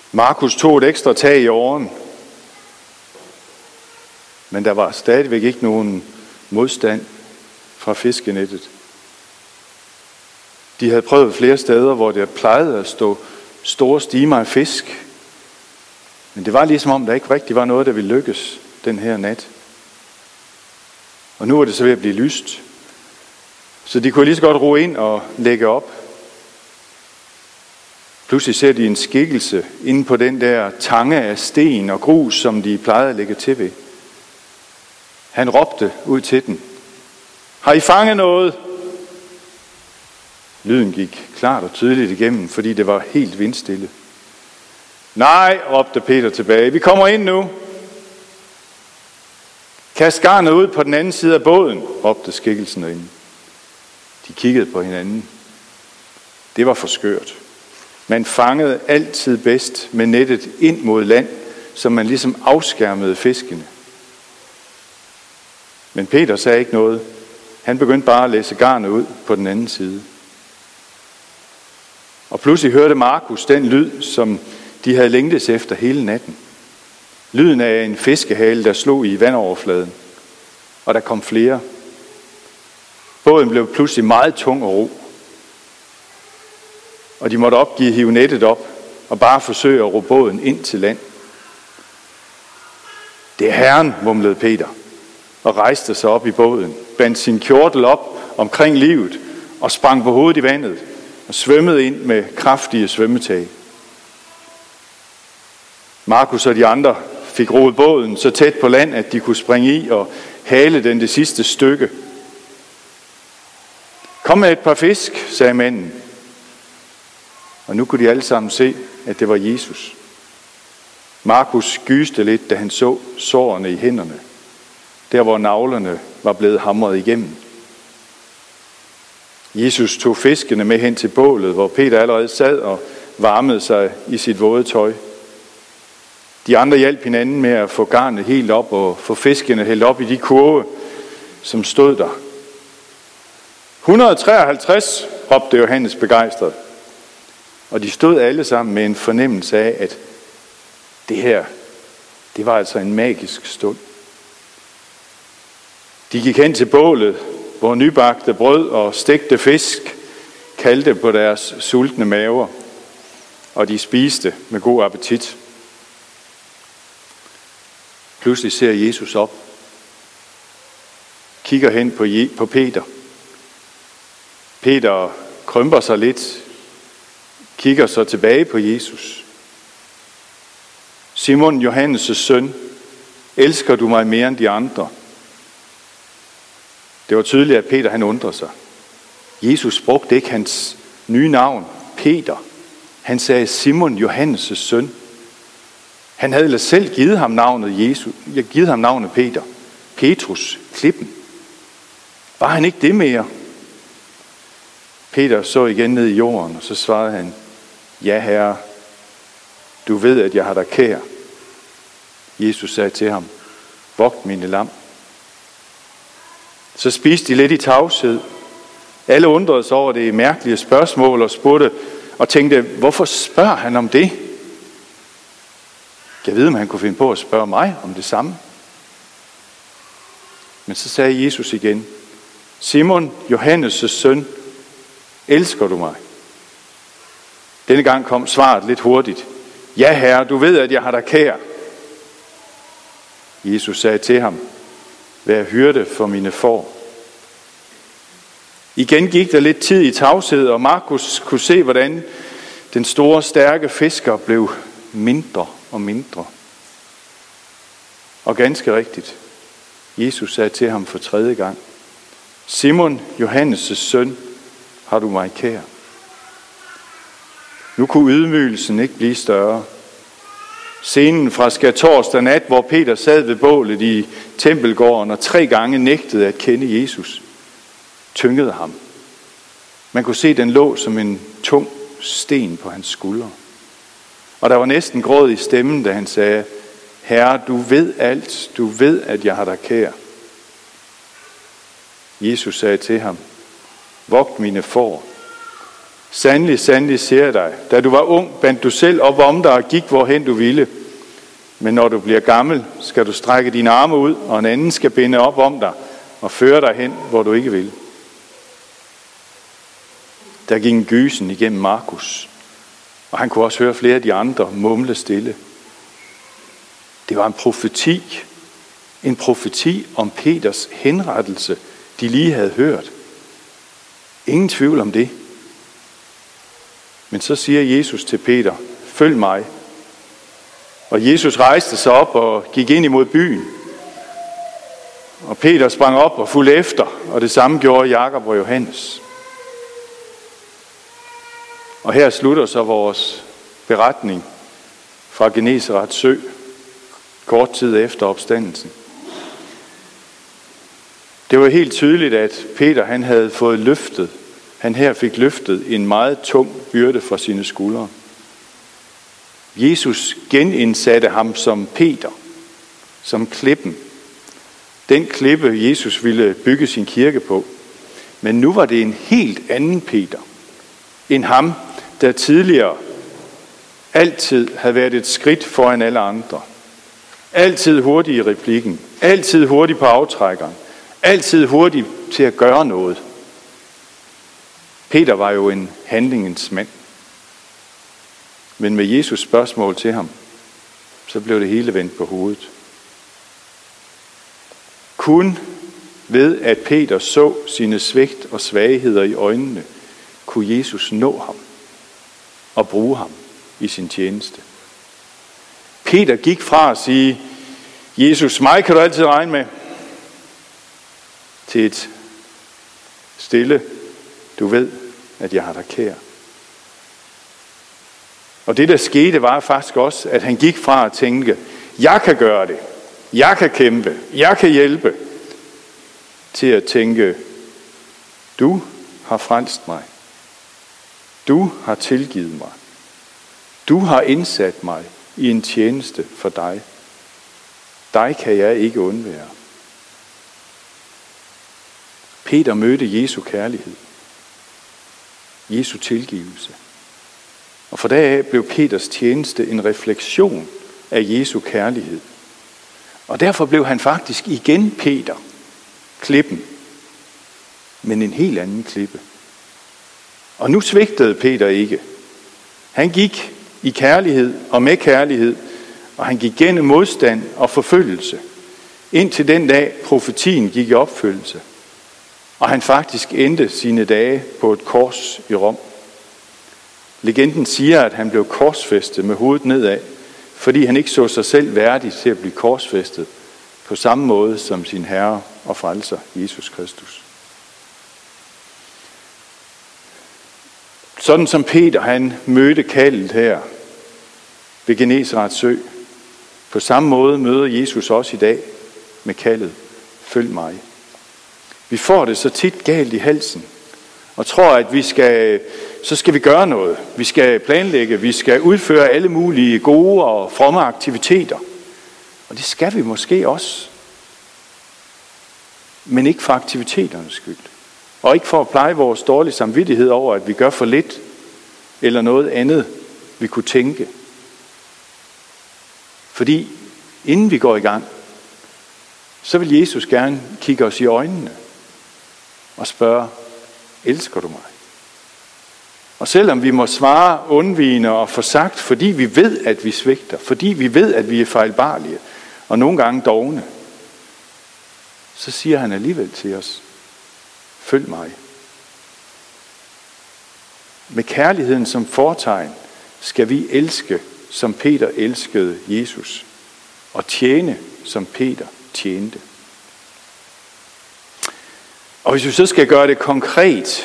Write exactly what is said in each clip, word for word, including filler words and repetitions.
Markus tog et ekstra tag i åren, men der var stadigvæk ikke nogen modstand fra fiskenettet. De havde prøvet flere steder, hvor der plejede at stå store stimer af fisk, men det var ligesom om, der ikke rigtig var noget, der ville lykkes den her nat. Og nu er det så ved at blive lyst, så de kunne lige så godt ro ind og lægge op. Pludselig ser de en skikkelse inde på den der tange af sten og grus, som de plejede at lægge til ved. Han råbte ud til den: "Har I fanget noget?" Lyden gik klart og tydeligt igennem, fordi det var helt vindstille. "Nej," råbte Peter tilbage. "Vi kommer ind nu." "Kast garnet ud på den anden side af båden," råbte skikkelsen derinde. De kiggede på hinanden. Det var for skørt. Man fangede altid bedst med nettet ind mod land, så man ligesom afskærmede fiskene. Men Peter sagde ikke noget. Han begyndte bare at læse garnet ud på den anden side. Og pludselig hørte Markus den lyd, som de havde længtes efter hele natten. Lyden af en fiskehale, der slog i vandoverfladen. Og der kom flere. Båden blev pludselig meget tung og ro. Og de måtte opgive hive nettet op og bare forsøge at ro båden ind til land. "Det er Herren," mumlede Peter og rejste sig op i båden, bandt sin kjortel op omkring livet og sprang på hovedet i vandet og svømmede ind med kraftige svømmetag. Markus og de andre fik roet båden så tæt på land, at de kunne springe i og hale den det sidste stykke. "Kom med et par fisk," sagde manden. Og nu kunne de alle sammen se, at det var Jesus. Markus gyste lidt, da han så sårene i hænderne, der hvor naglerne var blevet hamret igennem. Jesus tog fiskene med hen til bålet, hvor Peter allerede sad og varmede sig i sit våde tøj. De andre hjalp hinanden med at få garnet helt op og få fiskene hældt op i de kurve, som stod der. et hundrede og treoghalvtreds, råbte Johannes begejstret. Og de stod alle sammen med en fornemmelse af, at det her, det var altså en magisk stund. De gik hen til bålet, hvor nybagte brød og stegte fisk kaldte på deres sultne maver, og de spiste med god appetit. Pludselig ser Jesus op, kigger hen på, Je- på Peter. Peter krymper sig lidt, kigger så tilbage på Jesus. "Simon, Johannes' søn, elsker du mig mere end de andre?" Det var tydeligt, at Peter han undrede sig. Jesus brugte ikke hans nye navn, Peter. Han sagde Simon, Johannes' søn. Han havde ellers selv givet ham navnet Jesus, givet ham navnet Peter. Petrus, klippen. Var han ikke det mere? Peter så igen ned i jorden, og så svarede han: "Ja, Herre, du ved, at jeg har dig kær." Jesus sagde til ham: "Vogt mine lam." Så spiste de lidt i tavshed. Alle undrede sig over det mærkelige spørgsmål og spurgte og tænkte: "Hvorfor spørger han om det? Jeg ved, om han kunne finde på at spørge mig om det samme." Men så sagde Jesus igen: "Simon, Johannes' søn, elsker du mig?" Denne gang kom svaret lidt hurtigt: "Ja, Herre, du ved, at jeg har dig kær." Jesus sagde til ham: "Vær hyrde for mine får." Igen gik der lidt tid i tavshed, og Markus kunne se, hvordan den store, stærke fisker blev mindre og mindre. Og ganske rigtigt, Jesus sagde til ham for tredje gang: "Simon, Johannes' søn, har du mig kær?" Nu kunne ydmygelsen ikke blive større. Scenen fra skærtorsdag nat, hvor Peter sad ved bålet i tempelgården og tre gange nægtede at kende Jesus, tyngede ham. Man kunne se, den lå som en tung sten på hans skuldre. Og der var næsten gråd i stemmen, da han sagde: "Herre, du ved alt. Du ved, at jeg har dig kær." Jesus sagde til ham: "Vogt mine får." Sandelig, sandelig siger jeg dig, da du var ung, bandt du selv op om dig og gik, hvorhen du ville. Men når du bliver gammel, skal du strække dine arme ud, og en anden skal binde op om dig og føre dig hen, hvor du ikke vil. Der gik en gysen igennem Markus, og han kunne også høre flere af de andre mumle stille. Det var en profeti, en profeti om Peters henrettelse, de lige havde hørt. Ingen tvivl om det. Men så siger Jesus til Peter, følg mig. Og Jesus rejste sig op og gik ind imod byen. Og Peter sprang op og fulgte efter, og det samme gjorde Jakob og Johannes. Og her slutter så vores beretning fra Genesarets sø, kort tid efter opstandelsen. Det var helt tydeligt, at Peter han havde fået løftet, han her fik løftet en meget tung byrde fra sine skuldre. Jesus genindsatte ham som Peter, som klippen. Den klippe, Jesus ville bygge sin kirke på. Men nu var det en helt anden Peter, end ham, der tidligere altid havde været et skridt foran alle andre. Altid hurtig i replikken, altid hurtig på aftrækkeren, altid hurtig til at gøre noget. Peter var jo en handlingens mand. Men med Jesus spørgsmål til ham, så blev det hele vendt på hovedet. Kun ved at Peter så sine svigt og svagheder i øjnene, kunne Jesus nå ham og bruge ham i sin tjeneste. Peter gik fra at sige, Jesus, mig kan du altid regne med, til et stille, du ved, at jeg har dig kær. Og det, der skete, var faktisk også, at han gik fra at tænke, jeg kan gøre det, jeg kan kæmpe, jeg kan hjælpe, til at tænke, du har frelst mig. Du har tilgivet mig. Du har indsat mig i en tjeneste for dig. Dig kan jeg ikke undvære. Peter mødte Jesu kærlighed. Jesu tilgivelse. Og fra dag af blev Peters tjeneste en refleksion af Jesu kærlighed. Og derfor blev han faktisk igen Peter, klippen, men en helt anden klippe. Og nu svigtede Peter ikke. Han gik i kærlighed og med kærlighed, og han gik gennem modstand og forfølgelse, indtil den dag profetien gik i opfyldelse, og han faktisk endte sine dage på et kors i Rom. Legenden siger, at han blev korsfæstet med hovedet nedad, fordi han ikke så sig selv værdig til at blive korsfæstet på samme måde som sin Herre og Frelser, Jesus Kristus. Sådan som Peter, han mødte kaldet her ved Genesarets sø, på samme måde møder Jesus også i dag med kaldet, følg mig. Vi får det så tit galt i halsen, og tror, at vi skal, så skal vi gøre noget. Vi skal planlægge, vi skal udføre alle mulige gode og fromme aktiviteter. Og det skal vi måske også. Men ikke for aktiviteternes skyld. Og ikke for at pleje vores dårlige samvittighed over, at vi gør for lidt, eller noget andet, vi kunne tænke. Fordi inden vi går i gang, så vil Jesus gerne kigge os i øjnene og spørge, elsker du mig? Og selvom vi må svare undvigende og forsagt, fordi vi ved, at vi svigter, fordi vi ved, at vi er fejlbarlige, og nogle gange dovne, så siger han alligevel til os, følg mig. Med kærligheden som fortegn skal vi elske, som Peter elskede Jesus, og tjene, som Peter tjente. Og hvis vi så skal gøre det konkret,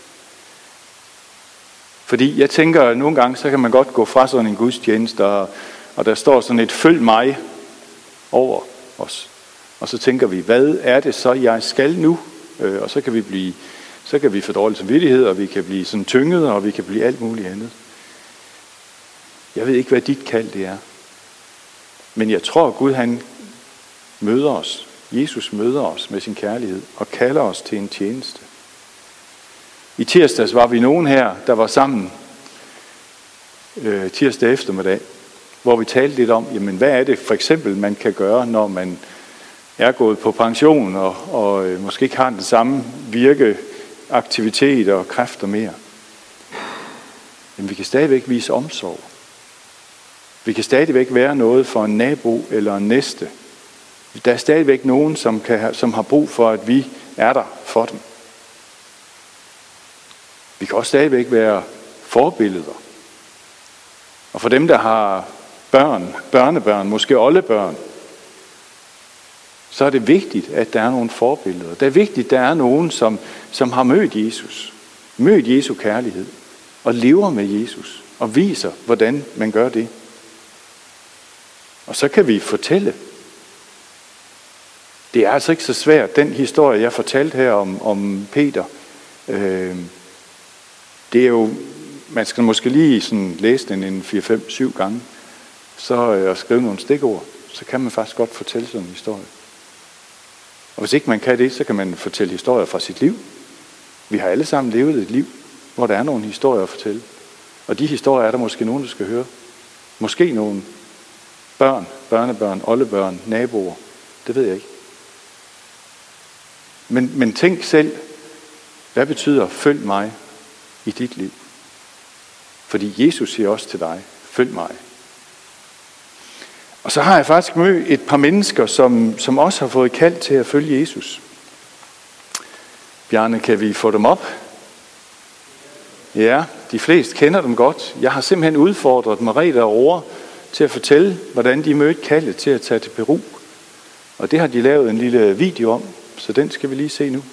fordi jeg tænker, at nogle gange, så kan man godt gå fra sådan en gudstjeneste, og, og der står sådan et følg mig over os. Og så tænker vi, hvad er det så, jeg skal nu? Øh, og så kan vi blive, så kan vi få dårlig samvittighed, og vi kan blive sådan tynget, og vi kan blive alt muligt andet. Jeg ved ikke, hvad dit kald det er. Men jeg tror, at Gud han møder os. Jesus møder os med sin kærlighed og kalder os til en tjeneste. I tirsdags var vi nogen her, der var sammen øh, tirsdag eftermiddag, hvor vi talte lidt om, jamen hvad er det for eksempel, man kan gøre, når man er gået på pension og, og øh, måske ikke har den samme virke, aktivitet og kræfter mere. Men vi kan stadigvæk vise omsorg. Vi kan stadigvæk være noget for en nabo eller en næste. Der er stadigvæk nogen, som, kan, som har brug for, at vi er der for dem. Vi kan også stadigvæk være forbilleder. Og for dem, der har børn, børnebørn, måske oldebørn, så er det vigtigt, at der er nogle forbilleder. Det er vigtigt, at der er nogen, som, som har mødt Jesus, mødt Jesu kærlighed, og lever med Jesus, og viser, hvordan man gør det. Og så kan vi fortælle. Det er altså ikke så svært. Den historie, jeg fortalte her om, om Peter, øh, det er jo, man skal måske lige sådan læse den en fire, fem, syv gange, så øh, og skrive nogle stikord, så kan man faktisk godt fortælle sådan en historie. Og hvis ikke man kan det, så kan man fortælle historier fra sit liv. Vi har alle sammen levet et liv, hvor der er nogle historier at fortælle. Og de historier er der måske nogen, der skal høre. Måske nogle børn, børnebørn, oldebørn, naboer. Det ved jeg ikke. Men, men tænk selv, hvad betyder følg mig i dit liv? Fordi Jesus siger også til dig, følg mig. Og så har jeg faktisk mødt et par mennesker, som, som også har fået kald til at følge Jesus. Bjarne, kan vi få dem op? Ja, de fleste kender dem godt. Jeg har simpelthen udfordret Merete og Roar til at fortælle, hvordan de mødte kaldet til at tage til Peru. Og det har de lavet en lille video om, så den skal vi lige se nu.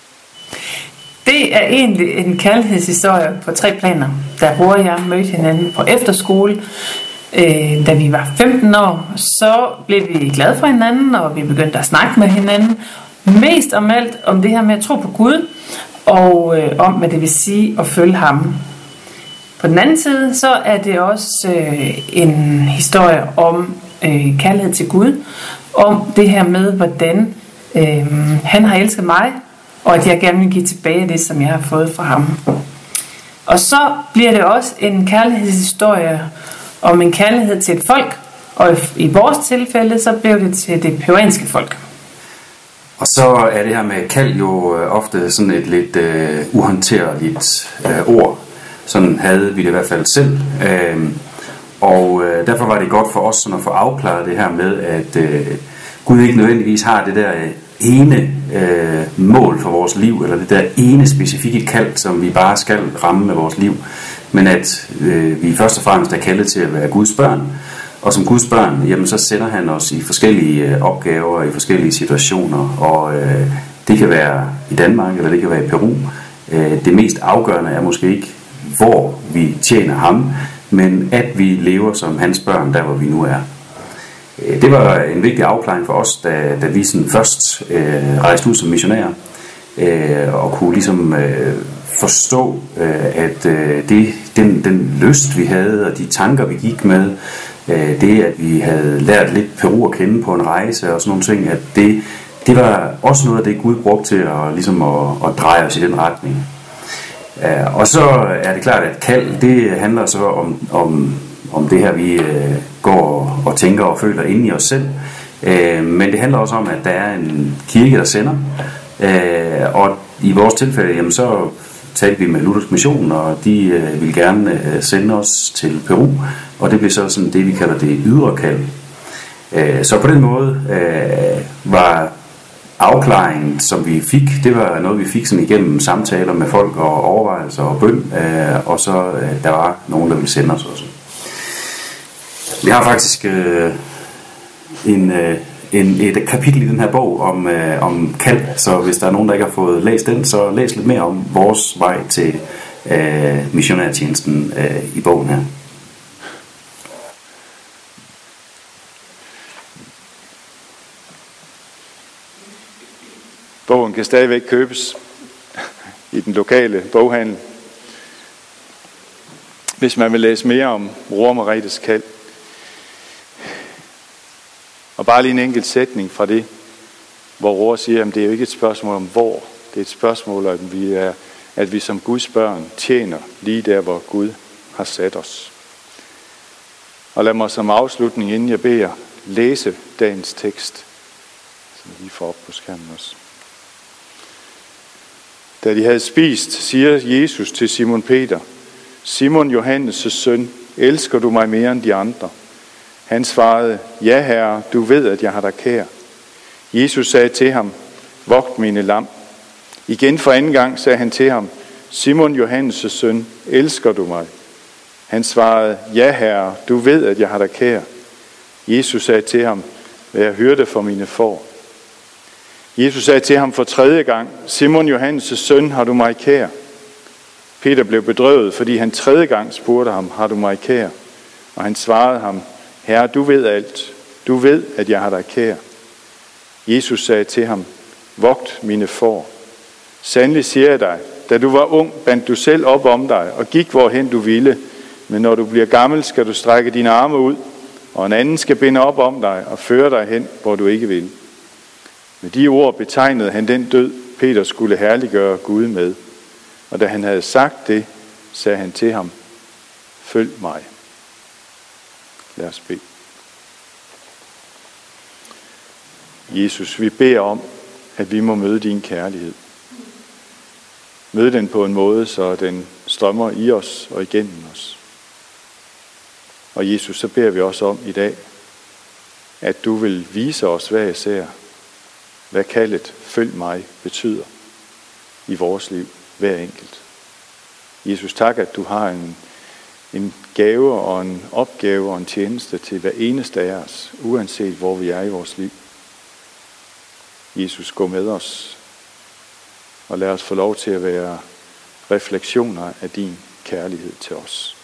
Det er egentlig en kærlighedshistorie på tre planer. Da Roar og jeg mødte hinanden på efterskole, øh, da vi var femten år, så blev vi glade for hinanden, og vi begyndte at snakke med hinanden. Mest om alt om det her med at tro på Gud, og øh, om hvad det vil sige at følge ham. På den anden side, så er det også øh, en historie om øh, kærlighed til Gud, om det her med, hvordan øh, han har elsket mig, og at jeg gerne vil give tilbage det, som jeg har fået fra ham. Og så bliver det også en kærlighedshistorie om en kærlighed til et folk, og i vores tilfælde, så blev det til det peruanske folk. Og så er det her med kald jo ofte sådan et lidt uh, uhåndterligt uh, ord. Sådan havde vi det i hvert fald selv. Uh, og uh, derfor var det godt for os sådan at få afklaret det her med, at uh, Gud ikke nødvendigvis har det der ene uh, mål for vores liv, eller det der ene specifikke kald, som vi bare skal ramme med vores liv. Men at uh, vi først og fremmest er kaldet til at være Guds børn. Og som Guds børn, jamen, så sender han os i forskellige øh, opgaver, i forskellige situationer, og øh, det kan være i Danmark, eller det kan være i Peru. Øh, det mest afgørende er måske ikke, hvor vi tjener ham, men at vi lever som hans børn, der hvor vi nu er. Øh, det var en vigtig afklaring for os, da, da vi sådan først øh, rejste ud som missionærer, øh, og kunne ligesom øh, forstå, øh, at øh, det, den, den lyst vi havde, og de tanker vi gik med, det at vi havde lært lidt Peru at kende på en rejse og sådan nogle ting, at det, det var også noget af det Gud brugte til at, ligesom at, at dreje os i den retning. Og så er det klart, at kald, det handler så om, om, om det her vi går og tænker og føler inde i os selv, men det handler også om, at der er en kirke der sender, og i vores tilfælde, jamen så talte vi med Luthersk Mission, og de øh, ville gerne øh, sende os til Peru, og det blev så sådan det, vi kalder det ydre kald. Øh, så på den måde øh, var afklaringen, som vi fik, det var noget, vi fik sådan igennem samtaler med folk og overvejelser og bøn, øh, og så øh, der var nogen, der ville sende os også. Vi har faktisk øh, en... Øh, En, et kapitel i den her bog om, øh, om kald, så hvis der er nogen, der ikke har fået læst den, så læs lidt mere om vores vej til øh, missionærtjenesten øh, i bogen her. Bogen kan stadigvæk købes i den lokale boghandel, hvis man vil læse mere om Roar og Meretes kald. Og bare lige en enkelt sætning fra det, hvor Roar siger, at det er jo ikke et spørgsmål om hvor, det er et spørgsmål om, at vi er, at vi som Guds børn tjener lige der, hvor Gud har sat os. Og lad mig som afslutning, inden jeg beder, læse dagens tekst, som jeg lige får op på skærmen også. Da de havde spist, siger Jesus til Simon Peter: Simon, Johannes' søn, elsker du mig mere end de andre? Han svarede: Ja, Herre, du ved, at jeg har dig kær. Jesus sagde til ham: Vogt mine lam. Igen for anden gang sagde han til ham: Simon, Johannes' søn, elsker du mig? Han svarede: Ja, Herre, du ved, at jeg har dig kær. Jesus sagde til ham: Vær hyrde for mine får. Jesus sagde til ham for tredje gang: Simon, Johannes' søn, har du mig kær? Peter blev bedrøvet, fordi han tredje gang spurgte ham: Har du mig kær? Og han svarede ham: Herre, du ved alt. Du ved, at jeg har dig kær. Jesus sagde til ham: Vogt mine får. Sandelig siger jeg dig, da du var ung, bandt du selv op om dig og gik hvorhen du ville. Men når du bliver gammel, skal du strække dine arme ud, og en anden skal binde op om dig og føre dig hen, hvor du ikke vil. Med de ord betegnede han den død, Peter skulle herliggøre Gud med. Og da han havde sagt det, sagde han til ham: Følg mig. Lad os bede. Jesus, vi beder om, at vi må møde din kærlighed. Møde den på en måde, så den strømmer i os og igennem os. Og Jesus, så beder vi også om i dag, at du vil vise os hver især, hvad kaldet følg mig betyder i vores liv, hver enkelt. Jesus, tak, at du har en, en gave og en opgave og en tjeneste til hver eneste af os, uanset hvor vi er i vores liv. Jesus, gå med os, og lad os få lov til at være refleksioner af din kærlighed til os.